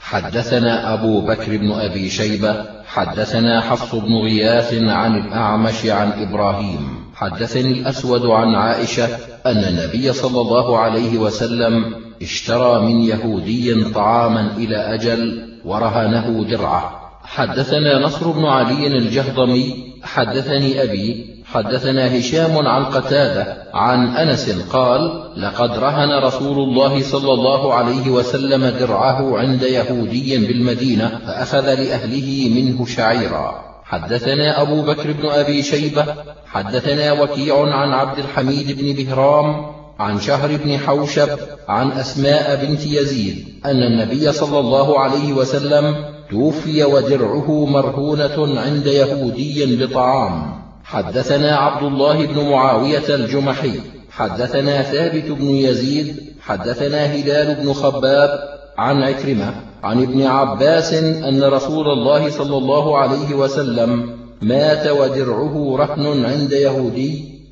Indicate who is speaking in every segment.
Speaker 1: حدثنا أبو بكر بن أبي شيبة حدثنا حفص بن غياث عن الأعمش عن إبراهيم حدثني الأسود عن عائشة أن النبي صلى الله عليه وسلم اشترى من يهودي طعاما إلى أجل ورهنه درعه. حدثنا نصر بن علي الجهضمي حدثني أبي حدثنا هشام عن قتادة عن أنس قال: لقد رهن رسول الله صلى الله عليه وسلم درعه عند يهودي بالمدينة فأخذ لأهله منه شعيرا. حدثنا أبو بكر بن أبي شيبة حدثنا وكيع عن عبد الحميد بن بهرام عن شهر بن حوشب عن أسماء بنت يزيد أن النبي صلى الله عليه وسلم توفي ودرعه مرهونة عند يهودي بطعام. حدثنا عبد الله بن معاوية الجمحي حدثنا ثابت بن يزيد حدثنا هلال بن خباب عن عكرمة عن ابن عباس أن رسول الله صلى الله عليه وسلم مات ودرعه رهن عند يهودي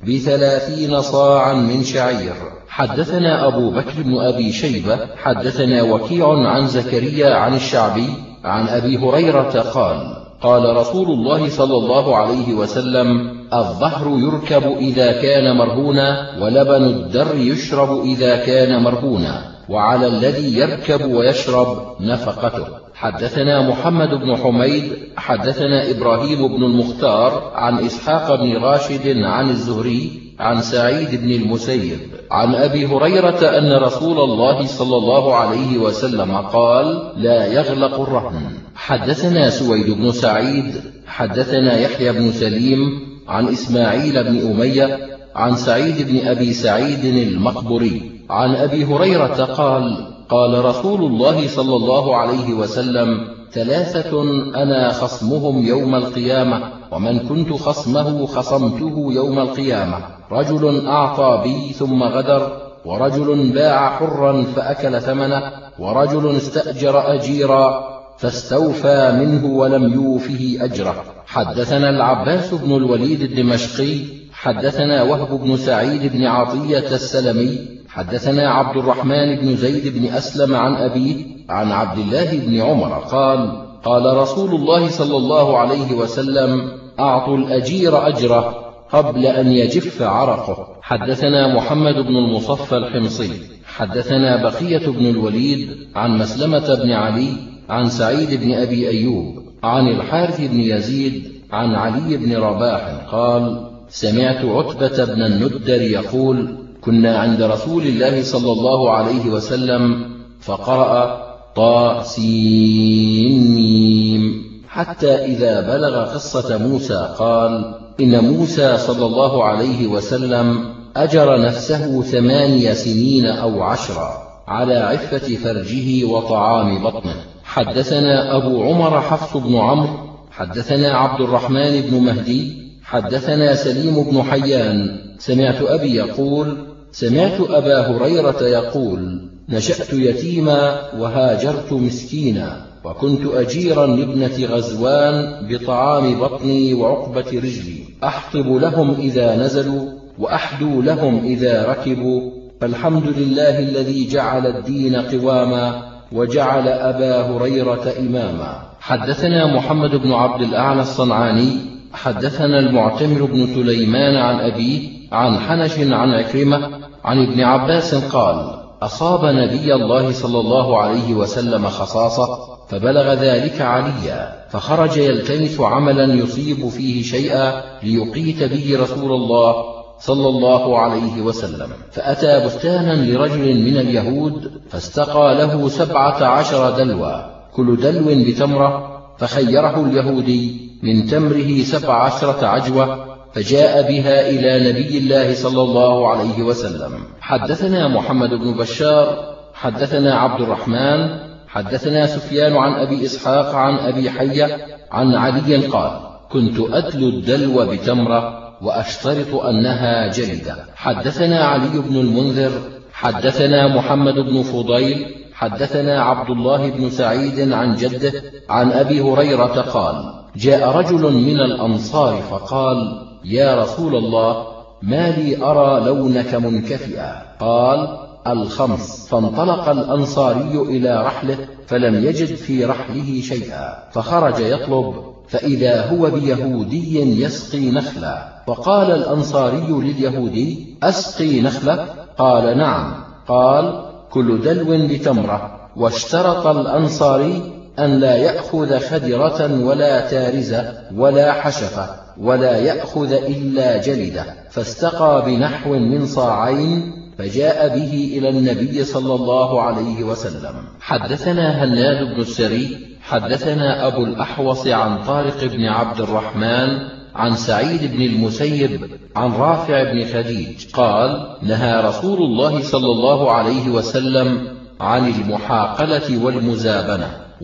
Speaker 1: ب30 صاعا من شعير. حدثنا أبو بكر بن أبي شيبة حدثنا وكيع عن زكريا عن الشعبي عن أبي هريرة قال: قال رسول الله صلى الله عليه وسلم: الظهر يركب إذا كان مرهونا، ولبن الدر يشرب إذا كان مرهونا، وعلى الذي يركب ويشرب نفقته. حدثنا محمد بن حميد حدثنا إبراهيم بن المختار عن إسحاق بن راشد عن الزهري عن سعيد بن المسيب عن أبي هريرة أن رسول الله صلى الله عليه وسلم قال: لا يغلق الرهن. حدثنا سويد بن سعيد حدثنا يحيى بن سليم عن إسماعيل بن أمية عن سعيد بن أبي سعيد المقبري عن أبي هريرة قال: قال رسول الله صلى الله عليه وسلم: 3 أنا خصمهم يوم القيامة، ومن كنت خصمه خصمته يوم القيامة: رجل أعطى بي ثم غدر، ورجل باع حرا فأكل ثمنه، ورجل استأجر أجيرا فاستوفى منه ولم يوفه أجره. حدثنا العباس بن الوليد الدمشقي حدثنا وهب بن سعيد بن عطية السلمي حدثنا عبد الرحمن بن زيد بن أسلم عن أبيه عن عبد الله بن عمر قال: قال رسول الله صلى الله عليه وسلم: أعطوا الأجير أجره قبل أن يجف عرقه. حدثنا محمد بن المصفى الحمصي حدثنا بقية بن الوليد عن مسلمة بن علي عن سعيد بن أبي أيوب عن الحارث بن يزيد عن علي بن رباح قال: سمعت عتبة بن الندر يقول: كنا عند رسول الله صلى الله عليه وسلم فقرأ طاسين حتى إذا بلغ قصة موسى قال: إن موسى صلى الله عليه وسلم أجر نفسه 8 سنين أو 10 على عفة فرجه وطعام بطنه. حدثنا أبو عمر حفص بن عمرو حدثنا عبد الرحمن بن مهدي حدثنا سليم بن حيان سمعت أبي يقول: سمعت أبا هريرة يقول: نشأت يتيما وهاجرت مسكينا، وكنت أجيرا لابنة غزوان بطعام بطني وعقبة رجلي، أحطب لهم إذا نزلوا وأحدو لهم إذا ركبوا، فالحمد لله الذي جعل الدين قواما وجعل أبا هريرة إماما. حدثنا محمد بن عبد الأعلى الصنعاني حدثنا المعتمر بن سليمان عن أبيه عن حنش عن عكرمة عن ابن عباس قال: أصاب نبي الله صلى الله عليه وسلم خصاصة فبلغ ذلك عليا، فخرج يلتمس عملا يصيب فيه شيئا ليقيت به رسول الله صلى الله عليه وسلم، فأتى بستانا لرجل من اليهود فاستقى له 17 دلوا كل دلو بتمرة، فخيره اليهودي من تمره 17 عجوة، فجاء بها إلى نبي الله صلى الله عليه وسلم. حدثنا محمد بن بشار حدثنا عبد الرحمن حدثنا سفيان عن أبي إسحاق عن أبي حية عن علي قال: كنت أدل الدلو بتمرة وأشترط أنها جلدة. حدثنا علي بن المنذر حدثنا محمد بن فضيل حدثنا عبد الله بن سعيد عن جده عن أبي هريرة قال: جاء رجل من الأنصار فقال: يا رسول الله، ما لي أرى لونك منكفئا؟ قال: الخمس. فانطلق الأنصاري إلى رحله فلم يجد في رحله شيئا، فخرج يطلب، فإذا هو بيهودي يسقي نخلا، فقال الأنصاري لليهودي: أسقي نخلة؟ قال: نعم. قال: كل دلو بتمرة. واشترط الأنصاري أن لا يأخذ خدرة ولا تارزة ولا حشفة، ولا يأخذ إلا جلدة، فاستقى بنحو من صاعين، فجاء به إلى النبي صلى الله عليه وسلم. حدثنا هناد بن السري حدثنا أبو الأحوص عن طارق بن عبد الرحمن عن سعيد بن المسيب عن رافع بن خديج قال: نهى رسول الله صلى الله عليه وسلم عن المحاقلة والمزابنة،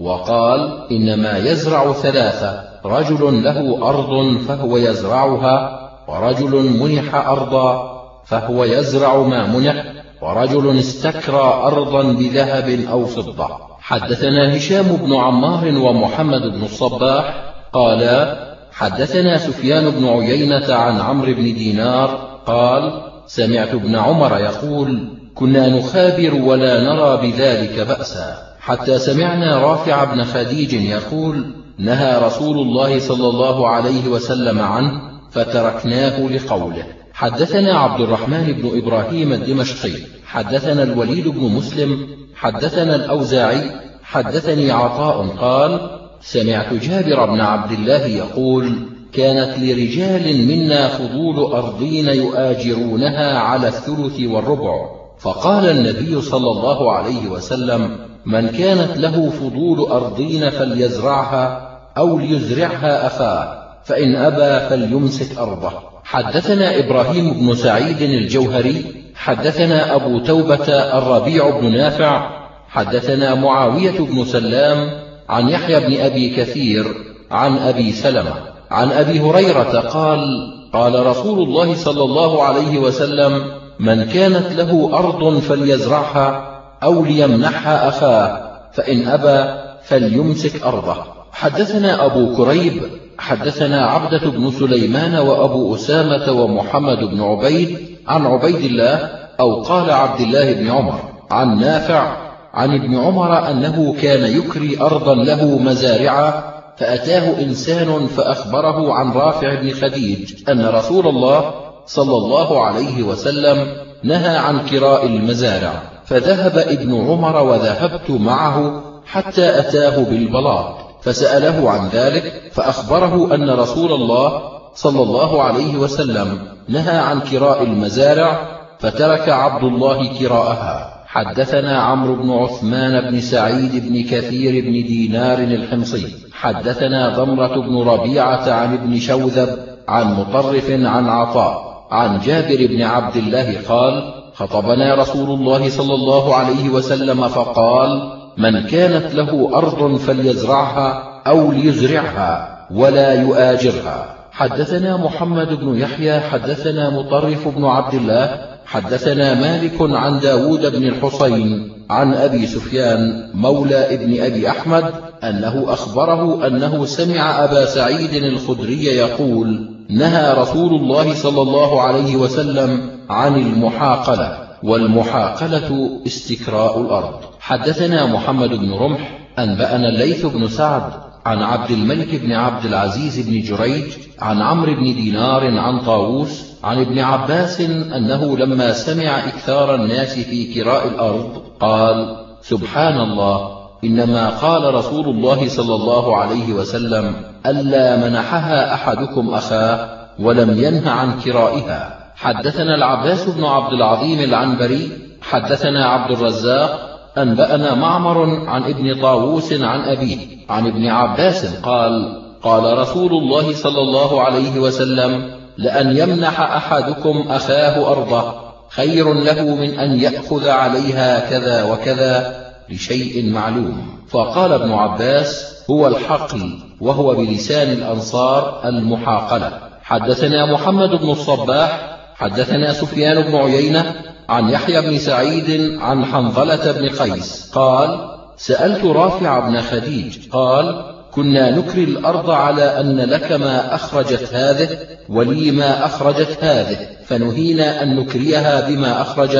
Speaker 1: وقال: إنما يزرع ثلاثة: رجل له أرض فهو يزرعها، ورجل منح أرضا فهو يزرع ما منح، ورجل استكرى أرضا بذهب أو فضة. حدثنا هشام بن عمار ومحمد بن الصباح قالا: حدثنا سفيان بن عيينة عن عمرو بن دينار قال: سمعت ابن عمر يقول: كنا نخابر ولا نرى بذلك بأسا، حتى سمعنا رافع بن خديج يقول: نهى رسول الله صلى الله عليه وسلم عنه، فتركناه لقوله. حدثنا عبد الرحمن بن إبراهيم الدمشقي حدثنا الوليد بن مسلم حدثنا الأوزاعي حدثني عطاء قال: سمعت جابر بن عبد الله يقول: كانت لرجال منا فضول أرضين يؤاجرونها على الثلث والربع، فقال النبي صلى الله عليه وسلم: من كانت له فضول أرضين فليزرعها أو ليزرعها أخاه، فإن أبى فليمسك أرضه. حدثنا إبراهيم بن سعيد الجوهري حدثنا أبو توبة الربيع بن نافع حدثنا معاوية بن سلام عن يحيى بن أبي كثير عن أبي سلمة عن أبي هريرة قال: قال رسول الله صلى الله عليه وسلم: من كانت له أرض فليزرعها أو ليمنحها أخاه، فإن أبى فليمسك أرضه. حدثنا أبو كريب حدثنا عبدة بن سليمان وأبو أسامة ومحمد بن عبيد عن عبيد الله أو قال عبد الله بن عمر عن نافع عن ابن عمر أنه كان يكري أرضا له مزارعا، فأتاه إنسان فأخبره عن رافع بن خديج أن رسول الله صلى الله عليه وسلم نهى عن كراء المزارع، فذهب ابن عمر وذهبت معه حتى أتاه بالبلاط، فسأله عن ذلك، فأخبره أن رسول الله صلى الله عليه وسلم نهى عن كراء المزارع، فترك عبد الله كراءها. حدثنا عمرو بن عثمان بن سعيد بن كثير بن دينار الحمصي حدثنا ضمرة بن ربيعة عن ابن شوذب عن مطرف عن عطاء عن جابر بن عبد الله قال: خطبنا رسول الله صلى الله عليه وسلم فقال: من كانت له أرض فليزرعها أو ليزرعها ولا يؤاجرها. حدثنا محمد بن يحيى حدثنا مطرف بن عبد الله حدثنا مالك عن داود بن الحصين عن أبي سفيان مولى ابن أبي أحمد أنه أخبره أنه سمع أبا سعيد الخدري يقول: نهى رسول الله صلى الله عليه وسلم عن المحاقلة، والمحاقلة استكراء الأرض. حدثنا محمد بن رمح أنبأنا الليث بن سعد عن عبد الملك بن عبد العزيز بن جريج عن عمرو بن دينار عن طاووس عن ابن عباس أنه لما سمع إكثار الناس في كراء الأرض قال: سبحان الله، إنما قال رسول الله صلى الله عليه وسلم: ألا منحها أحدكم أخاه، ولم ينه عن كرائها. حدثنا العباس بن عبد العظيم العنبري حدثنا عبد الرزاق أنبأنا معمر عن ابن طاووس عن أبيه عن ابن عباس قال: قال رسول الله صلى الله عليه وسلم: لأن يمنح أحدكم أخاه أرضه خير له من أن يأخذ عليها كذا وكذا لشيء معلوم. فقال ابن عباس: هو الحقل، وهو بلسان الأنصار المحاقلة. حدثنا محمد بن الصباح حدثنا سفيان بن عيينة عن يحيى بن سعيد عن حنظلة بن قيس قال: سألت رافع بن خديج قال: كنا نكري الأرض على أن لك ما أخرجت هذه ولي ما أخرجت هذه، فنهينا أن نكريها بما أخرجت،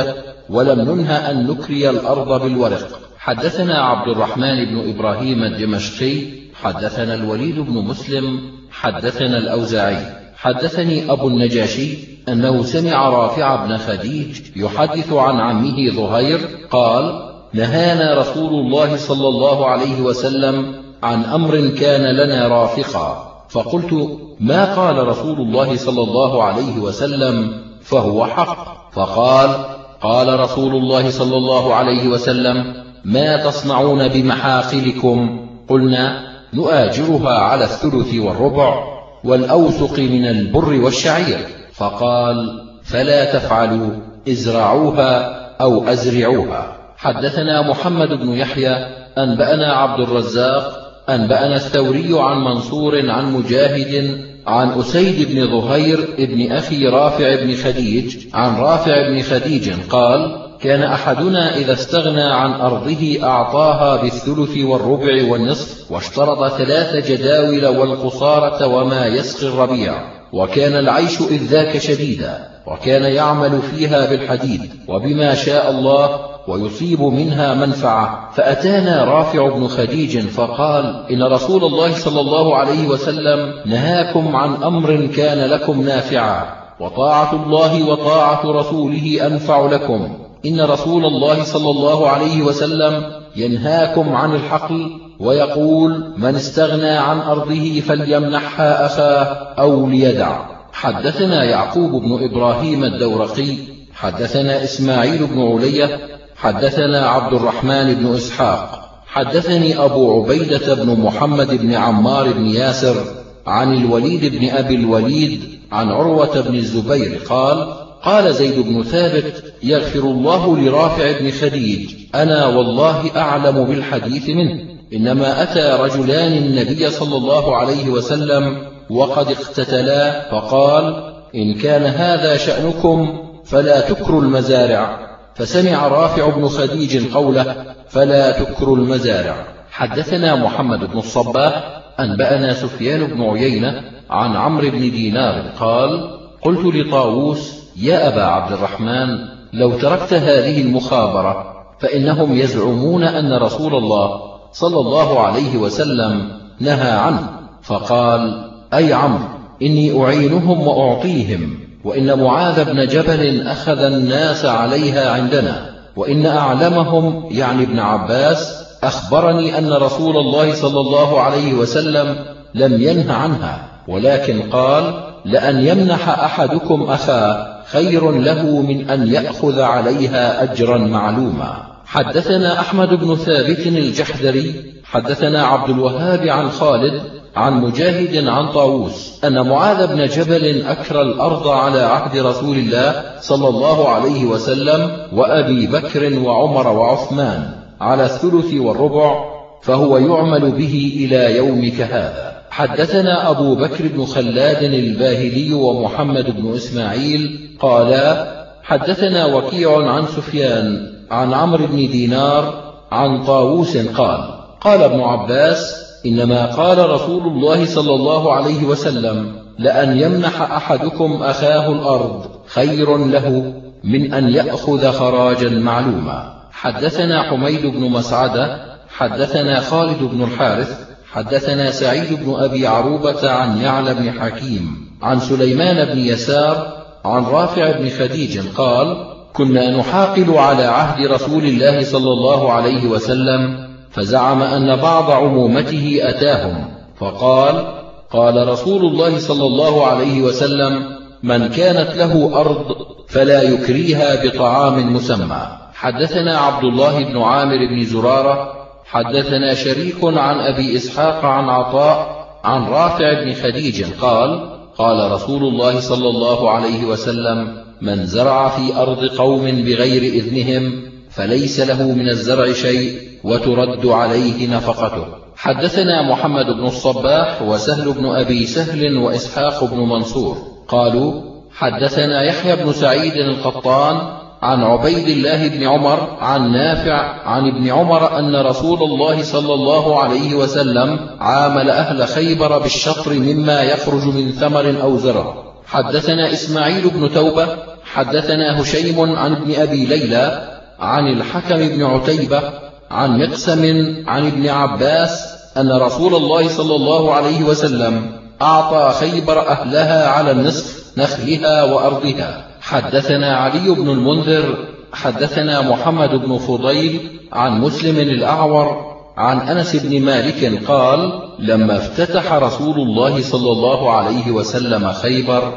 Speaker 1: ولم ننه أن نكري الأرض بالورق. حدثنا عبد الرحمن بن إبراهيم الدمشقي حدثنا الوليد بن مسلم حدثنا الأوزاعي حدثني أبو النجاشي أنه سمع رافع بن خديج يحدث عن عمه ظهير قال: نهانا رسول الله صلى الله عليه وسلم عن أمر كان لنا رافقا. فقلت: ما قال رسول الله صلى الله عليه وسلم فهو حق؟ فقال: قال رسول الله صلى الله عليه وسلم: ما تصنعون بمحاقلكم؟ قلنا: نؤاجرها على الثلث والربع والأوسق من البر والشعير. فقال: فلا تفعلوا، ازرعوها أو أزرعوها. حدثنا محمد بن يحيى أنبأنا عبد الرزاق أنبأنا الثوري عن منصور عن مجاهد عن أسيد بن ظهير ابن أخي رافع بن خديج عن رافع بن خديج قال: كان أحدنا إذا استغنى عن أرضه أعطاها بالثلث والربع والنصف، واشترط 3 جداول والقصارة وما يسقي الربيع، وكان العيش إذ ذاك شديدا، وكان يعمل فيها بالحديد وبما شاء الله ويصيب منها منفعة. فأتانا رافع بن خديج فقال: إن رسول الله صلى الله عليه وسلم نهاكم عن أمر كان لكم نافعا، وطاعة الله وطاعة رسوله أنفع لكم. إن رسول الله صلى الله عليه وسلم ينهاكم عن الحقل ويقول: من استغنى عن أرضه فليمنحها أخاه أو ليدع. حدثنا يعقوب بن إبراهيم الدورقي حدثنا إسماعيل بن علية حدثنا عبد الرحمن بن إسحاق حدثني أبو عبيدة بن محمد بن عمار بن ياسر عن الوليد بن أبي الوليد عن عروة بن الزبير قال: قال زيد بن ثابت: يغفر الله لرافع بن خديج، أنا والله أعلم بالحديث منه. إنما أتى رجلان النبي صلى الله عليه وسلم وقد اقتتلا، فقال: إن كان هذا شأنكم فلا تكروا المزارع. فسمع رافع بن خديج قوله: فلا تكروا المزارع. حدثنا محمد بن الصباح أنبأنا سفيان بن عيينة عن عمرو بن دينار قال: قلت لطاووس: يا أبا عبد الرحمن، لو تركت هذه المخابرة فإنهم يزعمون أن رسول الله صلى الله عليه وسلم نهى عنه. فقال: أي عمرو، إني أعينهم وأعطيهم، وإن معاذ بن جبل أخذ الناس عليها عندنا، وإن أعلمهم يعني ابن عباس أخبرني أن رسول الله صلى الله عليه وسلم لم ينه عنها، ولكن قال: لأن يمنح أحدكم أخاه خير له من أن يأخذ عليها أجرا معلوما. حدثنا أحمد بن ثابت الجحدري حدثنا عبد الوهاب عن خالد عن مجاهد عن طاووس أن معاذ بن جبل أكرى الأرض على عهد رسول الله صلى الله عليه وسلم وأبي بكر وعمر وعثمان على الثلث والربع، فهو يعمل به إلى يومك هذا. حدثنا أبو بكر بن خلاد الباهلي ومحمد بن إسماعيل قالا: حدثنا وكيع عن سفيان عن عمرو بن دينار عن طاووس قال: قال ابن عباس: إنما قال رسول الله صلى الله عليه وسلم: لأن يمنح أحدكم أخاه الأرض خير له من أن يأخذ خراجا معلوما. حدثنا حميد بن مسعدة حدثنا خالد بن الحارث حدثنا سعيد بن أبي عروبة عن يعلى بن حكيم عن سليمان بن يسار عن رافع بن خديج قال: كنا نحاقل على عهد رسول الله صلى الله عليه وسلم، فزعم أن بعض عمومته أتاهم فقال: قال رسول الله صلى الله عليه وسلم: من كانت له أرض فلا يكريها بطعام مسمى. حدثنا عبد الله بن عامر بن زرارة حدثنا شريك عن أبي إسحاق عن عطاء عن رافع بن خديج قال: قال رسول الله صلى الله عليه وسلم: من زرع في أرض قوم بغير إذنهم فليس له من الزرع شيء وترد عليه نفقته. حدثنا محمد بن الصباح وسهل بن أبي سهل وإسحاق بن منصور قالوا: حدثنا يحيى بن سعيد القطان عن عبيد الله بن عمر عن نافع عن ابن عمر أن رسول الله صلى الله عليه وسلم عامل أهل خيبر بالشطر مما يخرج من ثمر أو زرع، حدثنا إسماعيل بن توبة حدثنا هشيم عن ابن أبي ليلى عن الحكم بن عتيبة عن مقسم عن ابن عباس أن رسول الله صلى الله عليه وسلم أعطى خيبر أهلها على النصف نخلها وأرضها. حدثنا علي بن المنذر حدثنا محمد بن فضيل عن مسلم الأعور عن أنس بن مالك قال: لما افتتح رسول الله صلى الله عليه وسلم خيبر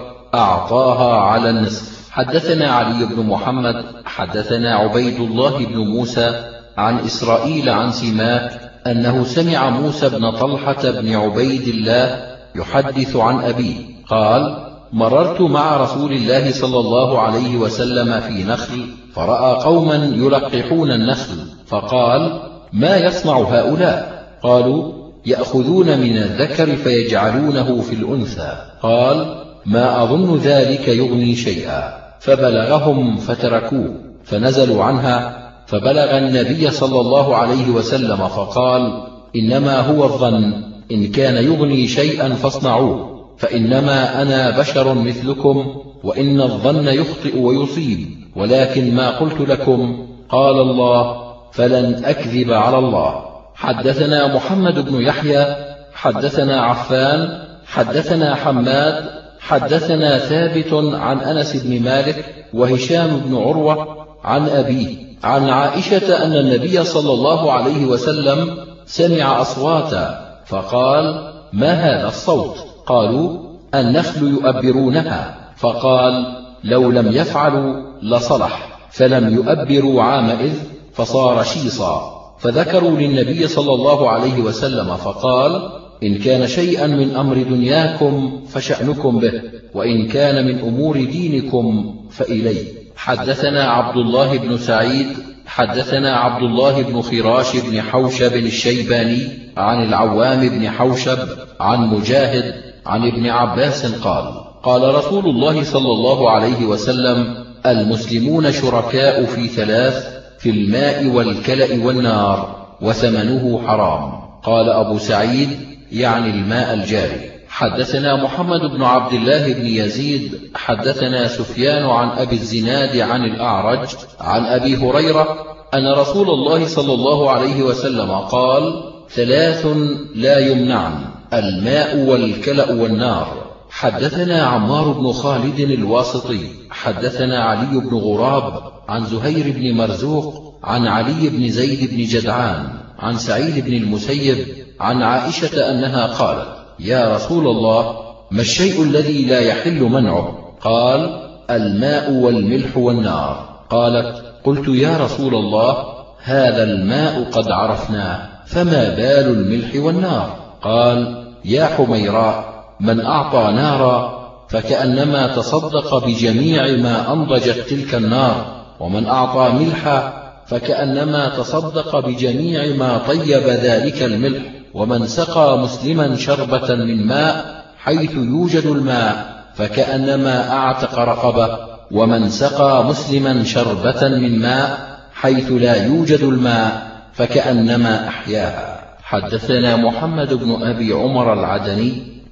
Speaker 1: أعطاها على النصف. حدثنا علي بن محمد حدثنا عبيد الله بن موسى عن إسرائيل عن سماك أنه سمع موسى بن طلحة بن عبيد الله يحدث عن أبيه قال: مررت مع رسول الله صلى الله عليه وسلم في نخل فرأى قوما يلقحون النخل فقال: ما يصنع هؤلاء؟ قالوا: يأخذون من الذكر فيجعلونه في الأنثى. قال: ما أظن ذلك يغني شيئا. فبلغهم فتركوه فنزلوا عنها، فبلغ النبي صلى الله عليه وسلم فقال: إنما هو الظن، إن كان يغني شيئا فاصنعوه، فإنما أنا بشر مثلكم، وإن الظن يخطئ ويصيب، ولكن ما قلت لكم قال الله فلن أكذب على الله. حدثنا محمد بن يحيى حدثنا عفان حدثنا حماد حدثنا ثابت عن أنس بن مالك وهشام بن عروة عن أبيه عن عائشة أن النبي صلى الله عليه وسلم سمع أصواتا فقال: ما هذا الصوت؟ قالوا: النخل يؤبرونها. فقال: لو لم يفعلوا لصلح، فلم يؤبروا عامئذ فصار شيصا. فذكروا للنبي صلى الله عليه وسلم فقال: إن كان شيئا من أمر دنياكم فشأنكم به، وإن كان من أمور دينكم فإليه. حدثنا عبد الله بن سعيد حدثنا عبد الله بن خراش بن حوشب الشيباني عن العوام بن حوشب عن مجاهد عن ابن عباس قال: قال رسول الله صلى الله عليه وسلم: المسلمون شركاء في ثلاث: في الماء والكلأ والنار، وثمنه حرام. قال أبو سعيد: يعني الماء الجاري. حدثنا محمد بن عبد الله بن يزيد حدثنا سفيان عن أبي الزناد عن الأعرج عن أبي هريرة أن رسول الله صلى الله عليه وسلم قال: ثلاث لا يمنعن: الماء والكلأ والنار. حدثنا عمار بن خالد الواسطي حدثنا علي بن غراب عن زهير بن مرزوق عن علي بن زيد بن جدعان عن سعيد بن المسيب عن عائشة أنها قالت: يا رسول الله، ما الشيء الذي لا يحل منعه؟ قال: الماء والملح والنار. قالت: قلت: يا رسول الله، هذا الماء قد عرفناه، فما بال الملح والنار؟ قال: يا حميراء، من أعطى نارا فكأنما تصدق بجميع ما أنضجت تلك النار، ومن أعطى ملحا فكأنما تصدق بجميع ما طيب ذلك الملح، ومن سقى مسلما شربة من ماء حيث يوجد الماء فكأنما أعتق رقبة، ومن سقى مسلما شربة من ماء حيث لا يوجد الماء فكأنما أحياها. حدثنا محمد بن أبي عمر العدني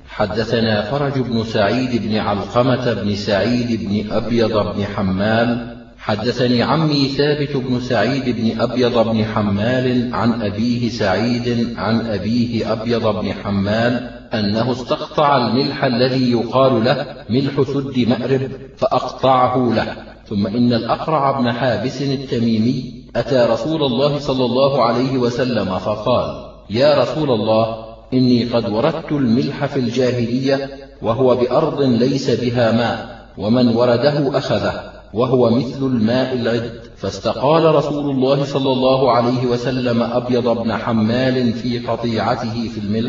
Speaker 1: حدثنا فرج بن سعيد بن علقمة بن سعيد بن أبيض بن حمال حدثني عمي ثابت بن سعيد بن أبيض بن حمال عن أبيه سعيد عن أبيه أبيض بن حمال أنه استقطع الملح الذي يقال له ملح سد مأرب فأقطعه له. ثم إن الأقرع بن حابس التميمي أتى رسول الله صلى الله عليه وسلم فقال: يا رسول الله، إني قد وردت الملح في الجاهلية وهو بأرض ليس بها ماء، ومن ورده أخذه، وهو مثل الماء العذب. فاستقال رسول الله صلى الله عليه وسلم أبيض بن حمال في قطيعته في الملح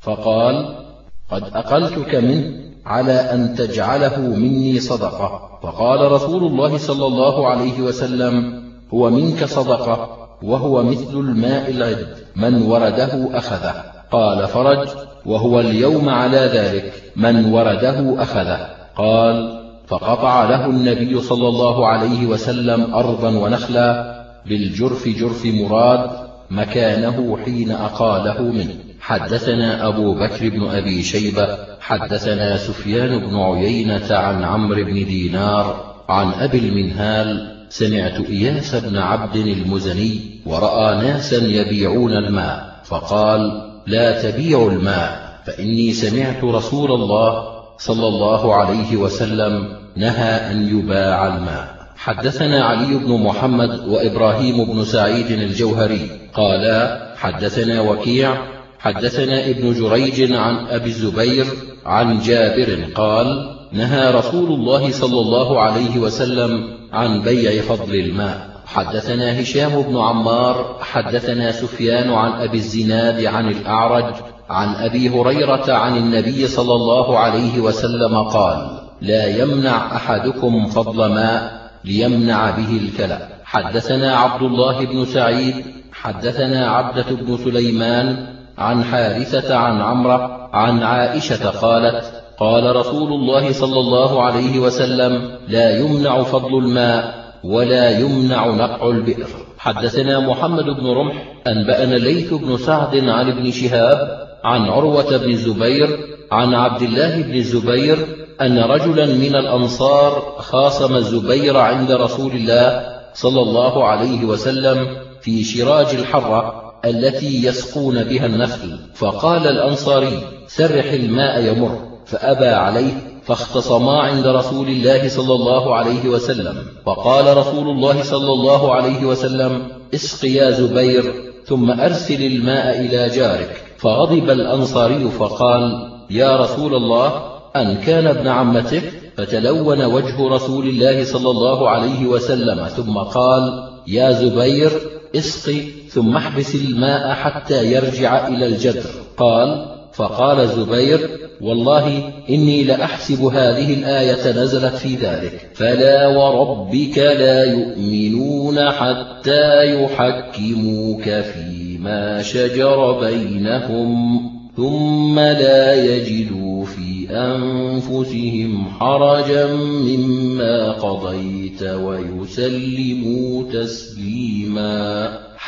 Speaker 1: فقال: قد أقلتك منه على أن تجعله مني صدقة. فقال رسول الله صلى الله عليه وسلم: هو منك صدقة، وهو مثل الماء العذب، من ورده أخذه. قال فرج: وهو اليوم على ذلك، من ورده أخذه. قال: فقطع له النبي صلى الله عليه وسلم أرضا ونخلا بالجرف جرف مراد مكانه حين أقاله منه. حدثنا أبو بكر بن أبي شيبة حدثنا سفيان بن عيينة عن عمرو بن دينار عن أبي المنهال سمعت إياس بن عبد المزني ورأى ناسا يبيعون الماء فقال: لا تبيعوا الماء، فإني سمعت رسول الله صلى الله عليه وسلم نهى أن يباع الماء. حدثنا علي بن محمد وإبراهيم بن سعيد الجوهري قالا: حدثنا وكيع حدثنا ابن جريج عن أبي الزبير عن جابر قال: نهى رسول الله صلى الله عليه وسلم عن بيع فضل الماء. حدثنا هشام بن عمار حدثنا سفيان عن أبي الزناد عن الأعرج عن أبي هريرة عن النبي صلى الله عليه وسلم قال: لا يمنع أحدكم فضل ماء ليمنع به الكلى. حدثنا عبد الله بن سعيد حدثنا عبدة بن سليمان عن حارثة عن عمرة عن عائشة قالت: قال رسول الله صلى الله عليه وسلم: لا يمنع فضل الماء ولا يمنع نقع البئر. حدثنا محمد بن رمح أنبأنا الليث بن سعد عن ابن شهاب عن عروة بن الزبير عن عبد الله بن الزبير أن رجلا من الأنصار خاصم الزبير عند رسول الله صلى الله عليه وسلم في شراج الحرة التي يسقون بها النخل، فقال الأنصاري: سرح الماء يمر، فأبى عليه، فاختصما عند رسول الله صلى الله عليه وسلم، فقال رسول الله صلى الله عليه وسلم: اسق يا زبير ثم أرسل الماء إلى جارك. فغضب الأنصاري فقال: يا رسول الله، أن كان ابن عمتك؟ فتلون وجه رسول الله صلى الله عليه وسلم ثم قال: يا زبير اسق ثم احبس الماء حتى يرجع إلى الجدر. فقال زبير: والله إني لأحسب هذه الآية نزلت في ذلك: فلا وربك لا يؤمنون حتى يحكموك فيما شجر بينهم ثم لا يجدوا في أنفسهم حرجا مما قضيت ويسلموا تسليما.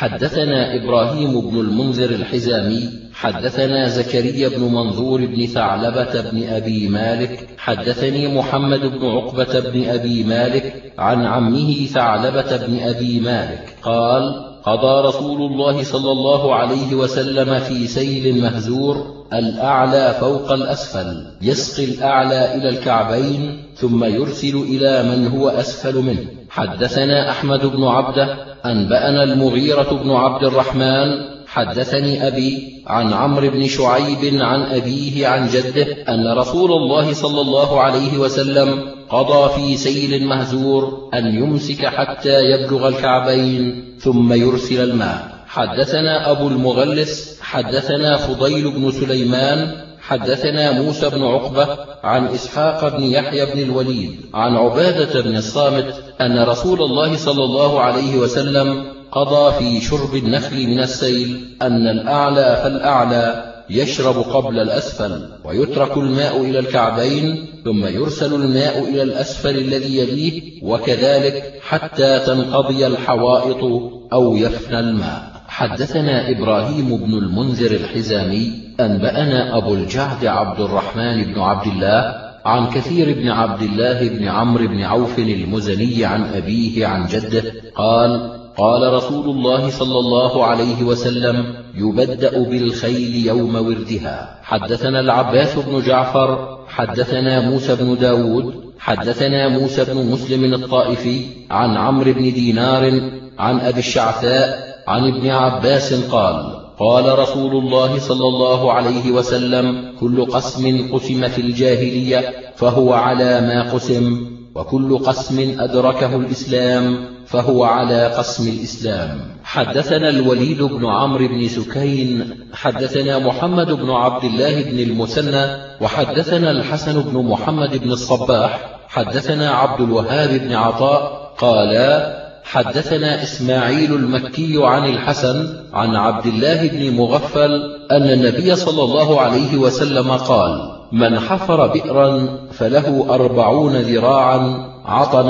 Speaker 1: حدثنا إبراهيم بن المنذر الحزامي حدثنا زكريا بن منظور بن ثعلبة بن أبي مالك حدثني محمد بن عقبة بن أبي مالك عن عمه ثعلبة بن أبي مالك قال: قضى رسول الله صلى الله عليه وسلم في سيل مهزور: الأعلى فوق الأسفل، يسقي الأعلى إلى الكعبين ثم يرسل إلى من هو أسفل منه. حدثنا أحمد بن عبده أنبأنا المغيرة بن عبد الرحمن حدثني أبي عن عمرو بن شعيب عن أبيه عن جده أن رسول الله صلى الله عليه وسلم قضى في سيل مهزور أن يمسك حتى يبلغ الكعبين ثم يرسل الماء. حدثنا أبو المغلس حدثنا فضيل بن سليمان حدثنا موسى بن عقبة عن إسحاق بن يحيى بن الوليد عن عبادة بن الصامت أن رسول الله صلى الله عليه وسلم قضى في شرب النخل من السيل أن الأعلى فالأعلى يشرب قبل الأسفل، ويترك الماء إلى الكعبين ثم يرسل الماء إلى الأسفل الذي يليه، وكذلك حتى تنقضي الحوائط أو يفنى الماء. حدثنا إبراهيم بن المنذر الحزامي أنبأنا أبو الجعد عبد الرحمن بن عبد الله عن كثير بن عبد الله بن عمرو بن عوف المزني عن أبيه عن جده قال: قال رسول الله صلى الله عليه وسلم: يبدأ بالخيل يوم وردها. حدثنا العباس بن جعفر حدثنا موسى بن داود حدثنا موسى بن مسلم الطائفي عن عمرو بن دينار عن أبي الشعثاء عن ابن عباس قال: قال رسول الله صلى الله عليه وسلم: كل قسم قسم في الجاهلية فهو على ما قسم، وكل قسم أدركه الإسلام فهو على قسم الإسلام. حدثنا الوليد بن عمرو بن سكين حدثنا محمد بن عبد الله بن المثنى وحدثنا الحسن بن محمد بن الصباح حدثنا عبد الوهاب بن عطاء قالا: حدثنا إسماعيل المكي عن الحسن عن عبد الله بن مغفل أن النبي صلى الله عليه وسلم قال: من حفر بئرا فله 40 ذراعا عطنا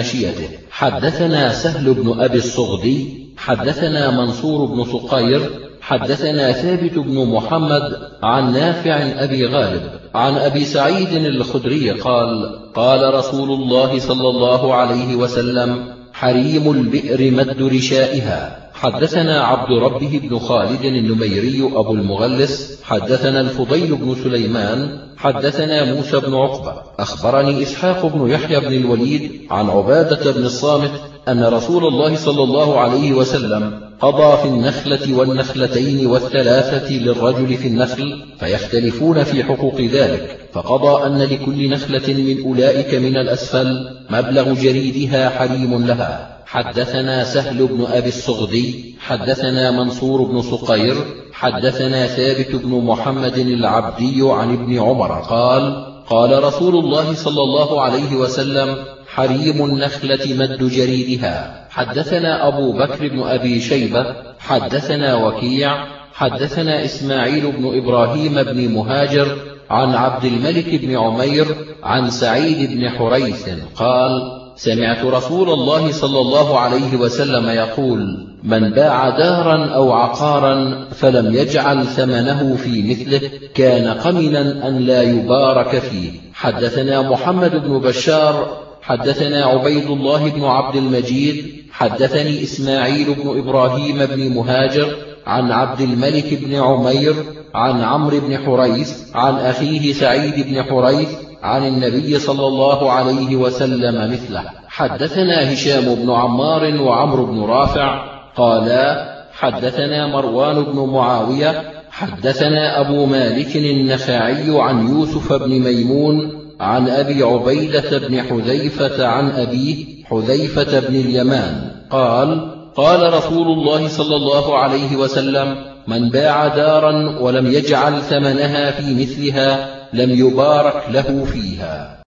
Speaker 1: لماشيته. حدثنا سهل بن أبي الصغدي حدثنا منصور بن صقير حدثنا ثابت بن محمد عن نافع أبي غالب عن أبي سعيد الخدري قال: قال رسول الله صلى الله عليه وسلم: حريم البئر مد رشائها. حدثنا عبد ربه بن خالد النميري أبو المغلس حدثنا الفضيل بن سليمان حدثنا موسى بن عقبة أخبرني إسحاق بن يحيى بن الوليد عن عبادة بن الصامت أن رسول الله صلى الله عليه وسلم قضى في النخلة والنخلتين والثلاثة للرجل في النخل فيختلفون في حقوق ذلك، فقضى أن لكل نخلة من أولئك من الأسفل مبلغ جريدها حريم لها. حدثنا سهل بن أبي الصغدي حدثنا منصور بن صقير حدثنا ثابت بن محمد العبدي عن ابن عمر قال: قال رسول الله صلى الله عليه وسلم: حريم النخلة مد جريدها. حدثنا أبو بكر بن أبي شيبة حدثنا وكيع حدثنا إسماعيل بن إبراهيم بن مهاجر عن عبد الملك بن عمير عن سعيد بن حريث قال: سمعت رسول الله صلى الله عليه وسلم يقول: من باع دارا أو عقارا فلم يجعل ثمنه في مثله كان قمنا أن لا يبارك فيه. حدثنا محمد بن بشار حدثنا عبيد الله بن عبد المجيد حدثني إسماعيل بن إبراهيم بن مهاجر عن عبد الملك بن عمير عن عمرو بن حريث عن أخيه سعيد بن حريث عن النبي صلى الله عليه وسلم مثله. حدثنا هشام بن عمار وعمرو بن رافع قالا: حدثنا مروان بن معاوية حدثنا أبو مالك النخعي عن يوسف بن ميمون عن أبي عبيدة بن حذيفة عن أبيه حذيفة بن اليمان قال: قال رسول الله صلى الله عليه وسلم: من باع دارا ولم يجعل ثمنها في مثلها لم يبارك له فيها.